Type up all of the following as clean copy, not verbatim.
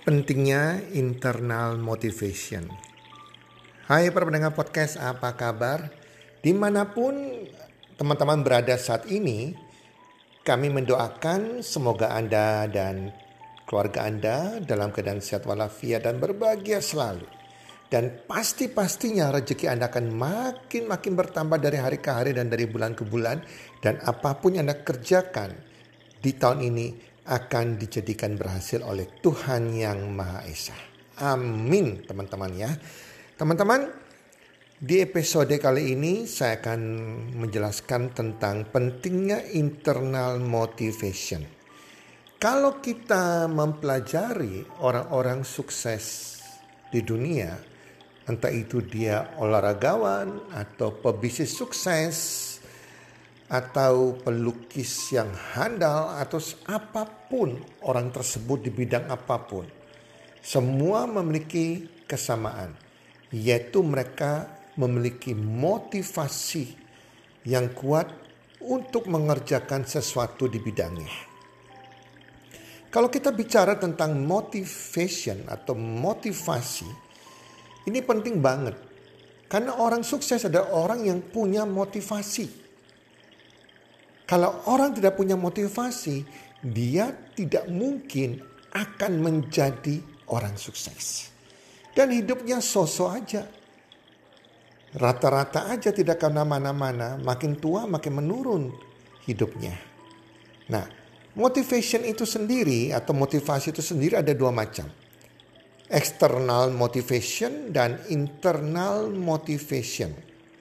Pentingnya internal motivation. Hai para pendengar podcast, apa kabar? Dimanapun teman-teman berada saat ini, kami mendoakan semoga Anda dan keluarga Anda dalam keadaan sehat walafiat dan berbahagia selalu. Dan pastinya rezeki Anda akan makin bertambah dari hari ke hari dan dari bulan ke bulan. Dan apapun yang Anda kerjakan di tahun ini akan dijadikan berhasil oleh Tuhan yang Maha Esa. Amin teman-teman ya. Teman-teman, di episode kali ini saya akan menjelaskan tentang pentingnya internal motivation. Kalau kita mempelajari orang-orang sukses di dunia, entah itu dia olahragawan atau pebisnis sukses, atau pelukis yang handal, atau apapun orang tersebut di bidang apapun. Semua memiliki kesamaan, yaitu mereka memiliki motivasi yang kuat untuk mengerjakan sesuatu di bidangnya. Kalau kita bicara tentang motivation atau motivasi, ini penting banget. Karena orang sukses adalah orang yang punya motivasi. Kalau orang tidak punya motivasi, dia tidak mungkin akan menjadi orang sukses. Dan hidupnya so-so aja. Rata-rata aja, tidak akan mana-mana. Makin tua makin menurun hidupnya. Nah, motivation itu sendiri atau motivasi itu sendiri ada dua macam. External motivation dan internal motivation.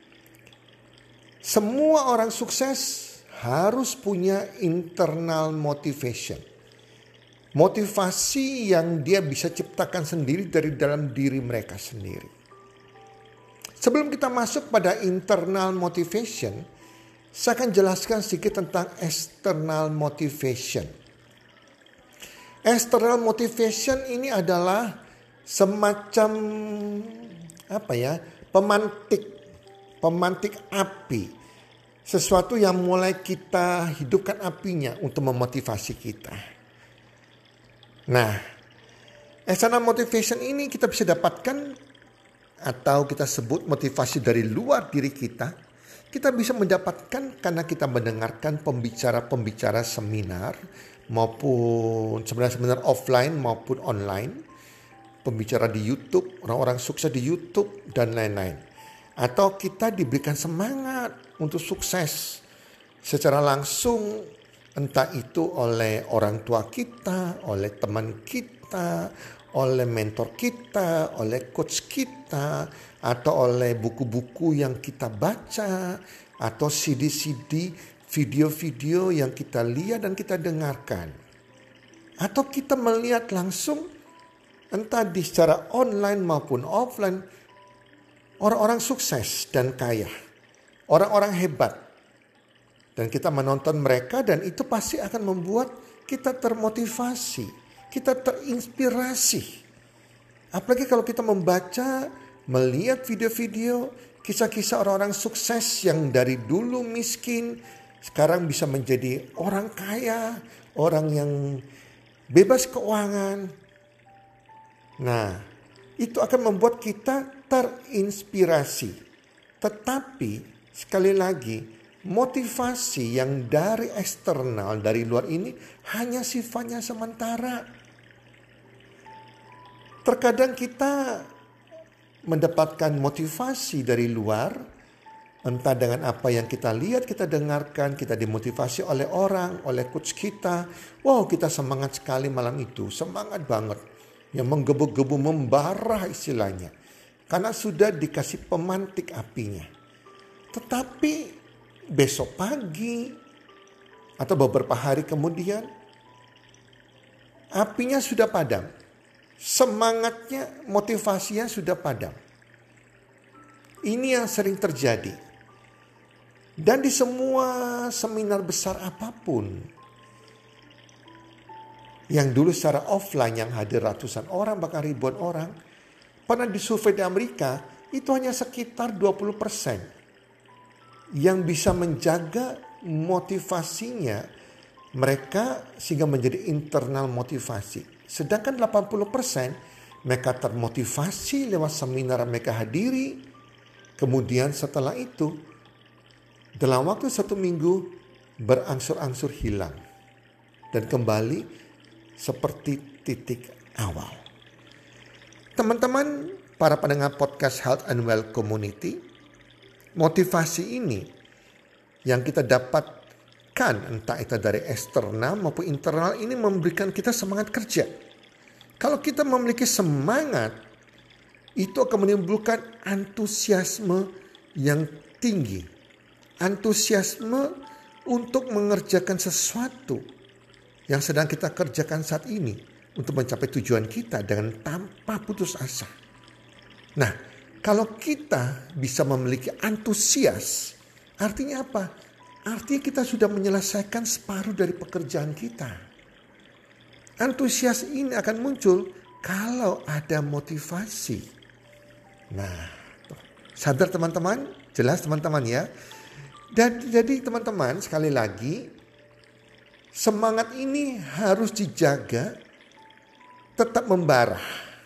Semua orang sukses harus punya internal motivation. Motivasi yang dia bisa ciptakan sendiri dari dalam diri mereka sendiri. Sebelum kita masuk pada internal motivation, saya akan jelaskan sedikit tentang external motivation. External motivation ini adalah semacam pemantik api. Sesuatu yang mulai kita hidupkan apinya untuk memotivasi kita. Nah, external motivation ini kita bisa dapatkan atau kita sebut motivasi dari luar diri kita. Kita bisa mendapatkan karena kita mendengarkan pembicara-pembicara seminar maupun seminar offline maupun online. Pembicara di YouTube, orang-orang sukses di YouTube dan lain-lain. Atau kita diberikan semangat untuk sukses secara langsung, entah itu oleh orang tua kita, oleh teman kita, oleh mentor kita, oleh coach kita, atau oleh buku-buku yang kita baca, atau CD-CD, video-video yang kita lihat dan kita dengarkan. Atau kita melihat langsung, entah di secara online maupun offline, orang-orang sukses dan kaya, orang-orang hebat. Dan kita menonton mereka dan itu pasti akan membuat kita termotivasi, kita terinspirasi. Apalagi kalau kita membaca, melihat video-video, kisah-kisah orang-orang sukses yang dari dulu miskin, sekarang bisa menjadi orang kaya, orang yang bebas keuangan. Nah, itu akan membuat kita terinspirasi. Tetapi sekali lagi, motivasi yang dari eksternal, dari luar ini hanya sifatnya sementara. Terkadang kita mendapatkan motivasi dari luar, entah dengan apa yang kita lihat, kita dengarkan, kita dimotivasi oleh orang, oleh coach kita. Wow, kita semangat sekali malam itu, semangat banget. Yang menggebu-gebu, membara istilahnya. Karena sudah dikasih pemantik apinya. Tetapi besok pagi atau beberapa hari kemudian, apinya sudah padam. Semangatnya, motivasinya sudah padam. Ini yang sering terjadi. Dan di semua seminar besar apapun, yang dulu secara offline yang hadir ratusan orang bahkan ribuan orang, pernah disurvei di Amerika itu hanya sekitar 20% yang bisa menjaga motivasinya mereka sehingga menjadi internal motivasi. Sedangkan 80% mereka termotivasi lewat seminar yang mereka hadiri. Kemudian setelah itu dalam waktu 1 minggu berangsur-angsur hilang. Dan kembali seperti titik awal. Teman-teman para pendengar podcast Health and Well Community, motivasi ini yang kita dapatkan entah itu dari eksternal maupun internal ini memberikan kita semangat kerja. Kalau kita memiliki semangat, itu akan menimbulkan antusiasme yang tinggi. Antusiasme untuk mengerjakan sesuatu yang sedang kita kerjakan saat ini untuk mencapai tujuan kita dengan tanpa putus asa. Nah, kalau kita bisa memiliki antusias, artinya apa? Artinya kita sudah menyelesaikan separuh dari pekerjaan kita. Antusias ini akan muncul kalau ada motivasi. Nah, sadar teman-teman? Jelas teman-teman ya? Dan jadi teman-teman sekali lagi, semangat ini harus dijaga tetap membara.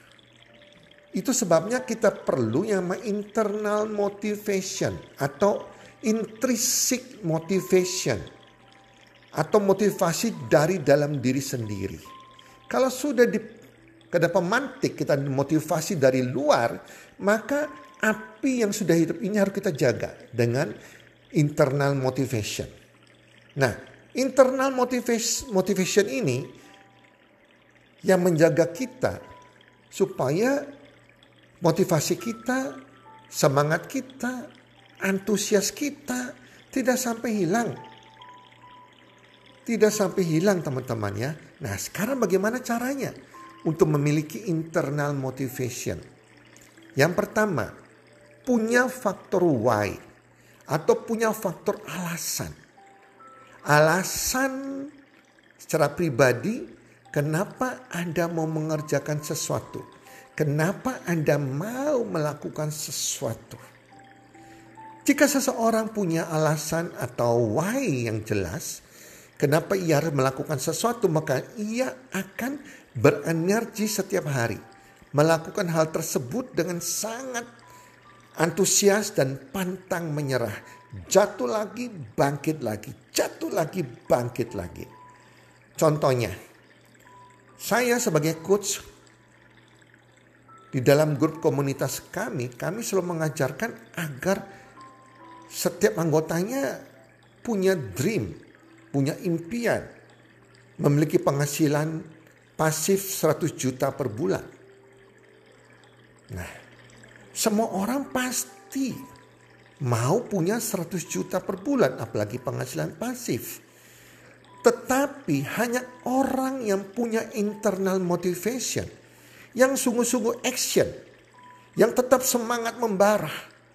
Itu sebabnya kita perlu yang namanya internal motivation atau intrinsic motivation atau motivasi dari dalam diri sendiri. Kalau sudah kada pemantik kita motivasi dari luar, maka api yang sudah hidup ini harus kita jaga dengan internal motivation. Nah, internal motivation ini yang menjaga kita supaya motivasi kita, semangat kita, antusias kita tidak sampai hilang. Tidak sampai hilang teman-teman ya. Nah, sekarang bagaimana caranya untuk memiliki internal motivation? Yang pertama, punya faktor why atau punya faktor alasan. Alasan secara pribadi kenapa Anda mau mengerjakan sesuatu? Kenapa Anda mau melakukan sesuatu? Jika seseorang punya alasan atau why yang jelas, kenapa ia harus melakukan sesuatu, maka ia akan berenergi setiap hari. Melakukan hal tersebut dengan sangat antusias dan pantang menyerah. Jatuh lagi, bangkit lagi. Jatuh lagi, bangkit lagi. Contohnya, saya sebagai coach di dalam grup komunitas kami selalu mengajarkan agar setiap anggotanya punya dream, punya impian, memiliki penghasilan pasif 100 juta per bulan. Nah, semua orang pasti mau punya 100 juta per bulan, apalagi penghasilan pasif. Tetapi hanya orang yang punya internal motivation, yang sungguh-sungguh action, yang tetap semangat membara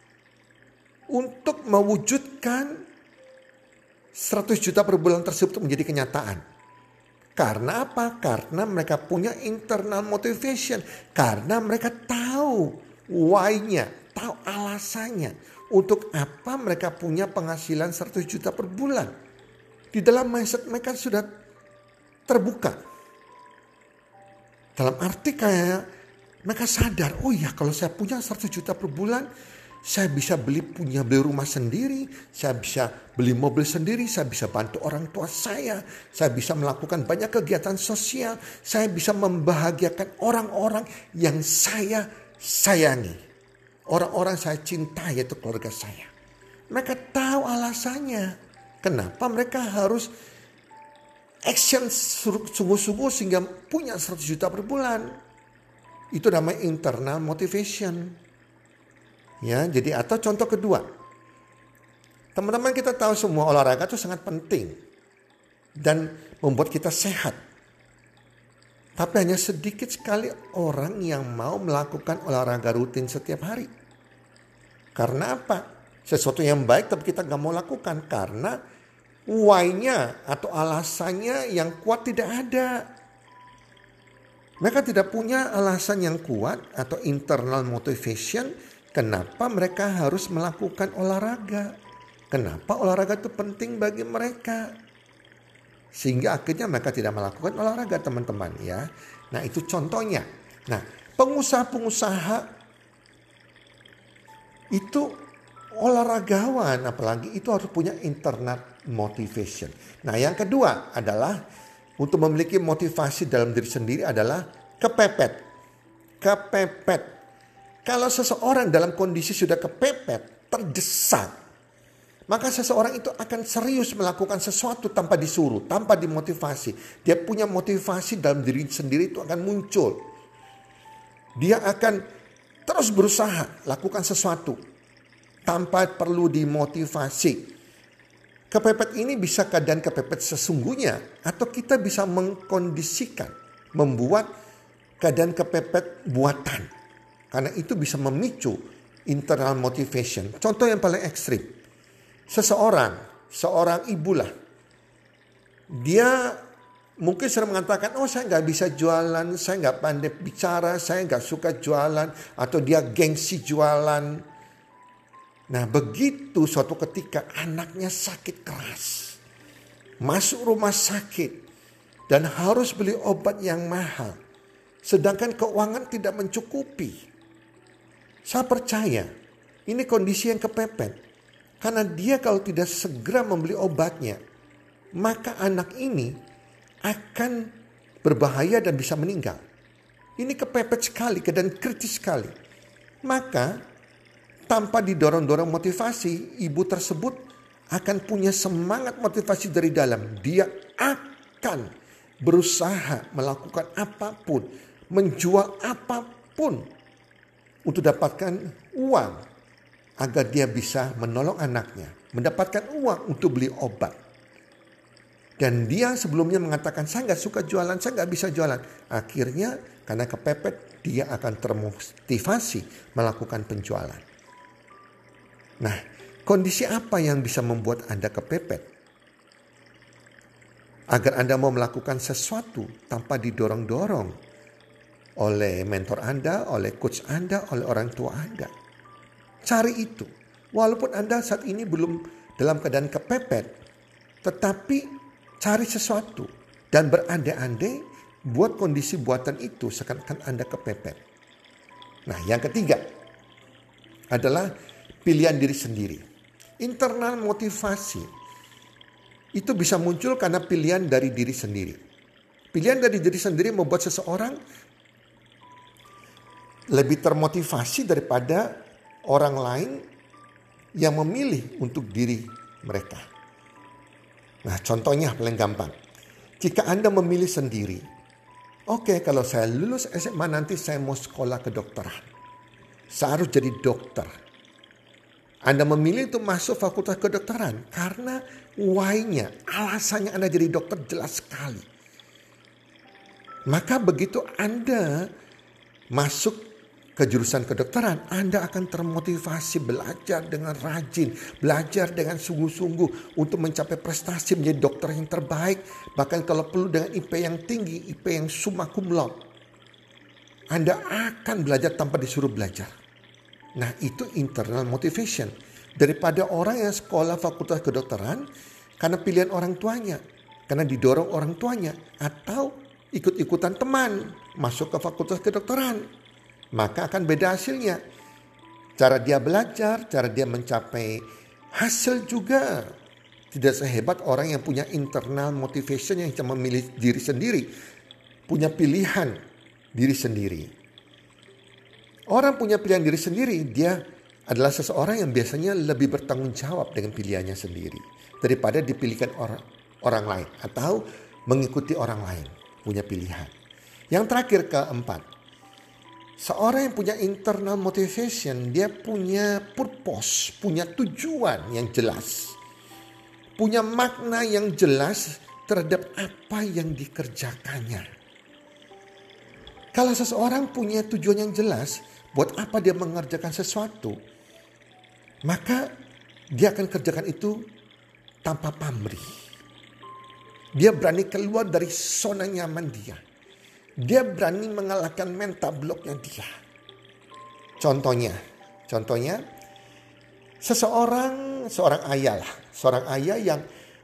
untuk mewujudkan 100 juta per bulan tersebut menjadi kenyataan. Karena apa? Karena mereka punya internal motivation. Karena mereka tahu why-nya, tahu alasannya. Untuk apa mereka punya penghasilan 100 juta per bulan. Di dalam mindset mereka sudah terbuka. Dalam arti kayak mereka sadar, oh ya kalau saya punya 100 juta per bulan, saya bisa beli rumah sendiri, saya bisa beli mobil sendiri, saya bisa bantu orang tua saya bisa melakukan banyak kegiatan sosial, saya bisa membahagiakan orang-orang yang saya sayangi. Orang-orang saya cintai yaitu keluarga saya. Mereka tahu alasannya. Kenapa mereka harus action sungguh-sungguh sehingga punya 100 juta per bulan. Itu namanya internal motivation. Ya, jadi atau contoh kedua. Teman-teman kita tahu semua olahraga itu sangat penting. Dan membuat kita sehat. Tapi hanya sedikit sekali orang yang mau melakukan olahraga rutin setiap hari. Karena apa? Sesuatu yang baik tapi kita gak mau lakukan karena why-nya atau alasannya yang kuat tidak ada. Mereka tidak punya alasan yang kuat atau internal motivation kenapa mereka harus melakukan olahraga. Kenapa olahraga itu penting bagi mereka. Sehingga akhirnya mereka tidak melakukan olahraga teman-teman ya. Nah itu contohnya. Nah pengusaha-pengusaha itu olahragawan apalagi itu harus punya internal motivation. Nah yang kedua adalah untuk memiliki motivasi dalam diri sendiri adalah kepepet. Kepepet. Kalau seseorang dalam kondisi sudah kepepet, terdesak, maka seseorang itu akan serius melakukan sesuatu tanpa disuruh, tanpa dimotivasi. Dia punya motivasi dalam diri sendiri itu akan muncul. Dia akan terus berusaha lakukan sesuatu tanpa perlu dimotivasi. Kepepet ini bisa keadaan kepepet sesungguhnya atau kita bisa mengkondisikan, membuat keadaan kepepet buatan. Karena itu bisa memicu internal motivation. Contoh yang paling ekstrim. Seorang ibu lah. Dia mungkin sering mengatakan, saya nggak bisa jualan, saya nggak pandai bicara, saya nggak suka jualan. Atau dia gengsi jualan. Nah begitu suatu ketika anaknya sakit keras. Masuk rumah sakit. Dan harus beli obat yang mahal. Sedangkan keuangan tidak mencukupi. Saya percaya ini kondisi yang kepepet. Karena dia kalau tidak segera membeli obatnya, maka anak ini akan berbahaya dan bisa meninggal. Ini kepepet sekali dan kritis sekali. Maka tanpa didorong-dorong motivasi, ibu tersebut akan punya semangat motivasi dari dalam. Dia akan berusaha melakukan apapun, menjual apapun untuk dapatkan uang agar dia bisa menolong anaknya, mendapatkan uang untuk beli obat. Dan dia sebelumnya mengatakan, saya nggak suka jualan, saya nggak bisa jualan. Akhirnya karena kepepet, dia akan termotivasi melakukan penjualan. Nah, kondisi apa yang bisa membuat Anda kepepet? Agar Anda mau melakukan sesuatu tanpa didorong-dorong oleh mentor Anda, oleh coach Anda, oleh orang tua Anda. Cari itu. Walaupun Anda saat ini belum dalam keadaan kepepet, tetapi cari sesuatu dan berandai-andai buat kondisi buatan itu seakan-akan Anda kepepet. Nah, yang ketiga adalah pilihan diri sendiri. Internal motivasi itu bisa muncul karena pilihan dari diri sendiri. Pilihan dari diri sendiri membuat seseorang lebih termotivasi daripada orang lain yang memilih untuk diri mereka. Nah, contohnya paling gampang. Jika Anda memilih sendiri, oke, kalau saya lulus SMA nanti saya mau sekolah kedokteran. Saya harus jadi dokter. Anda memilih untuk masuk fakultas kedokteran karena why-nya, alasannya Anda jadi dokter jelas sekali. Maka begitu Anda masuk ke jurusan kedokteran, Anda akan termotivasi belajar dengan rajin, belajar dengan sungguh-sungguh untuk mencapai prestasi menjadi dokter yang terbaik, bahkan kalau perlu dengan IP yang tinggi, IP yang summa cum laude. Anda akan belajar tanpa disuruh belajar. Nah, itu internal motivation daripada orang yang sekolah fakultas kedokteran karena pilihan orang tuanya, karena didorong orang tuanya, atau ikut-ikutan teman masuk ke fakultas kedokteran. Maka akan beda hasilnya. Cara dia belajar, cara dia mencapai hasil juga tidak sehebat orang yang punya internal motivation yang cuma memilih diri sendiri. Punya pilihan diri sendiri. Orang punya pilihan diri sendiri, dia adalah seseorang yang biasanya lebih bertanggung jawab dengan pilihannya sendiri. Daripada dipilihkan orang lain atau mengikuti orang lain. Punya pilihan. Yang terakhir keempat. Seorang yang punya internal motivation, dia punya purpose, punya tujuan yang jelas. Punya makna yang jelas terhadap apa yang dikerjakannya. Kalau seseorang punya tujuan yang jelas, buat apa dia mengerjakan sesuatu, maka dia akan kerjakan itu tanpa pamrih. Dia berani keluar dari zona nyaman dia. Dia berani mengalahkan mental blocknya dia. Contohnya, seorang ayah yang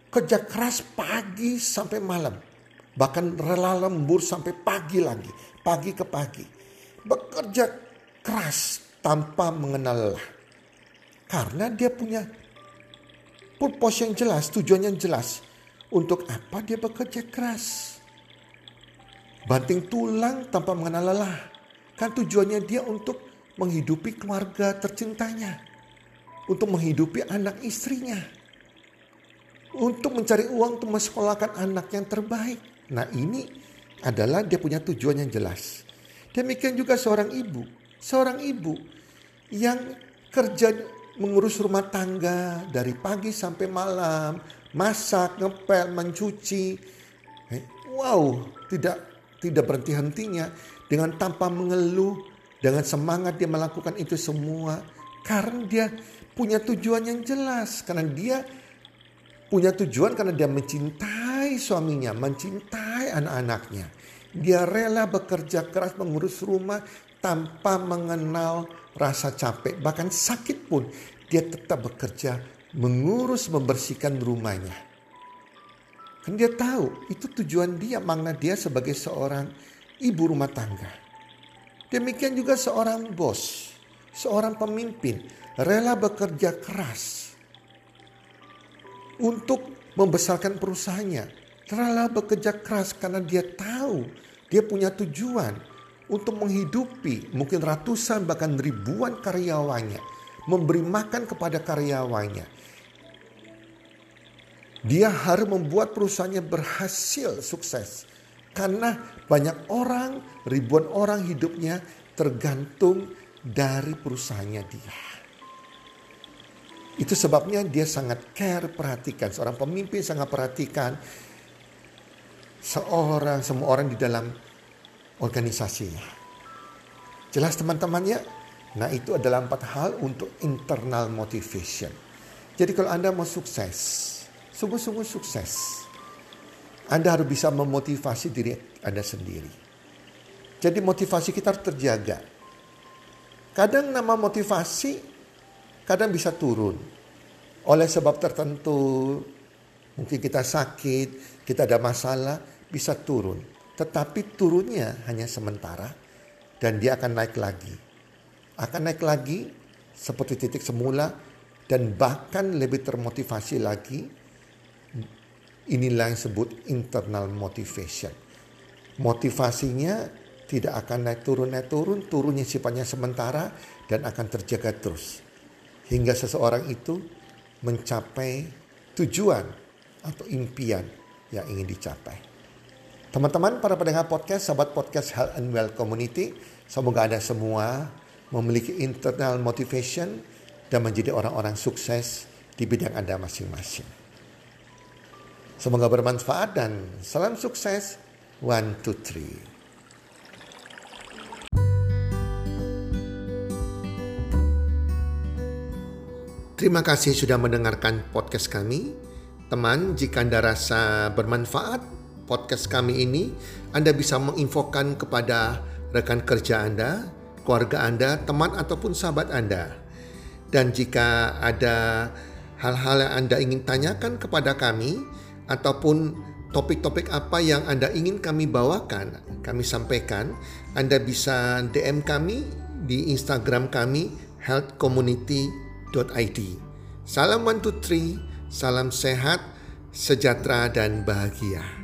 kerja keras pagi sampai malam. Bahkan rela lembur sampai pagi lagi, pagi ke pagi. Bekerja keras tanpa mengenal lelah. Karena dia punya purpose yang jelas, tujuan yang jelas. Untuk apa dia bekerja keras? Banting tulang tanpa mengenal lelah. Kan tujuannya dia untuk menghidupi keluarga tercintanya. Untuk menghidupi anak istrinya. Untuk mencari uang untuk mensekolahkan anak yang terbaik. Nah ini adalah dia punya tujuan yang jelas. Demikian juga seorang ibu. Seorang ibu yang kerja mengurus rumah tangga dari pagi sampai malam. Masak, ngepel, mencuci. Wow, tidak berhenti-hentinya. Dengan tanpa mengeluh. Dengan semangat dia melakukan itu semua. Karena dia punya tujuan yang jelas. Karena dia punya tujuan karena dia mencintai suaminya, mencintai anak-anaknya. Dia rela bekerja keras mengurus rumah tanpa mengenal rasa capek. Bahkan sakit pun dia tetap bekerja mengurus, membersihkan rumahnya. Kan dia tahu itu tujuan dia, makna dia sebagai seorang ibu rumah tangga. Demikian juga seorang bos, seorang pemimpin rela bekerja keras untuk membesarkan perusahaannya. Rela bekerja keras karena dia tahu dia punya tujuan untuk menghidupi mungkin ratusan bahkan ribuan karyawannya. Memberi makan kepada karyawannya. Dia harus membuat perusahaannya berhasil sukses. Karena banyak orang, ribuan orang hidupnya tergantung dari perusahaannya dia. Itu sebabnya dia sangat care, perhatikan. Seorang pemimpin sangat perhatikan semua orang di dalam organisasinya. Jelas teman-teman ya? Nah itu adalah 4 hal untuk internal motivation. Jadi kalau Anda mau sukses, sungguh-sungguh sukses, Anda harus bisa memotivasi diri Anda sendiri. Jadi motivasi kita harus terjaga. Kadang nama motivasi kadang bisa turun oleh sebab tertentu. Mungkin kita sakit, kita ada masalah, bisa turun. Tetapi turunnya hanya sementara dan dia akan naik lagi. Akan naik lagi seperti titik semula dan bahkan lebih termotivasi lagi. Inilah yang disebut internal motivation. Motivasinya tidak akan naik turun, turunnya sifatnya sementara dan akan terjaga terus. Hingga seseorang itu mencapai tujuan atau impian yang ingin dicapai. Teman-teman, para pendengar podcast, sahabat podcast Health and Well Community, semoga Anda semua memiliki internal motivation dan menjadi orang-orang sukses di bidang Anda masing-masing. Semoga bermanfaat dan salam sukses. 1, 2, 3. Terima kasih sudah mendengarkan podcast kami. Teman, jika Anda rasa bermanfaat podcast kami ini, Anda bisa menginfokan kepada rekan kerja Anda, keluarga Anda, teman ataupun sahabat Anda. Dan jika ada hal-hal yang Anda ingin tanyakan kepada kami, ataupun topik-topik apa yang Anda ingin kami bawakan, kami sampaikan, Anda bisa DM kami di Instagram kami, healthcommunity.id. Salam 1, 2, 3, salam sehat, sejahtera dan bahagia.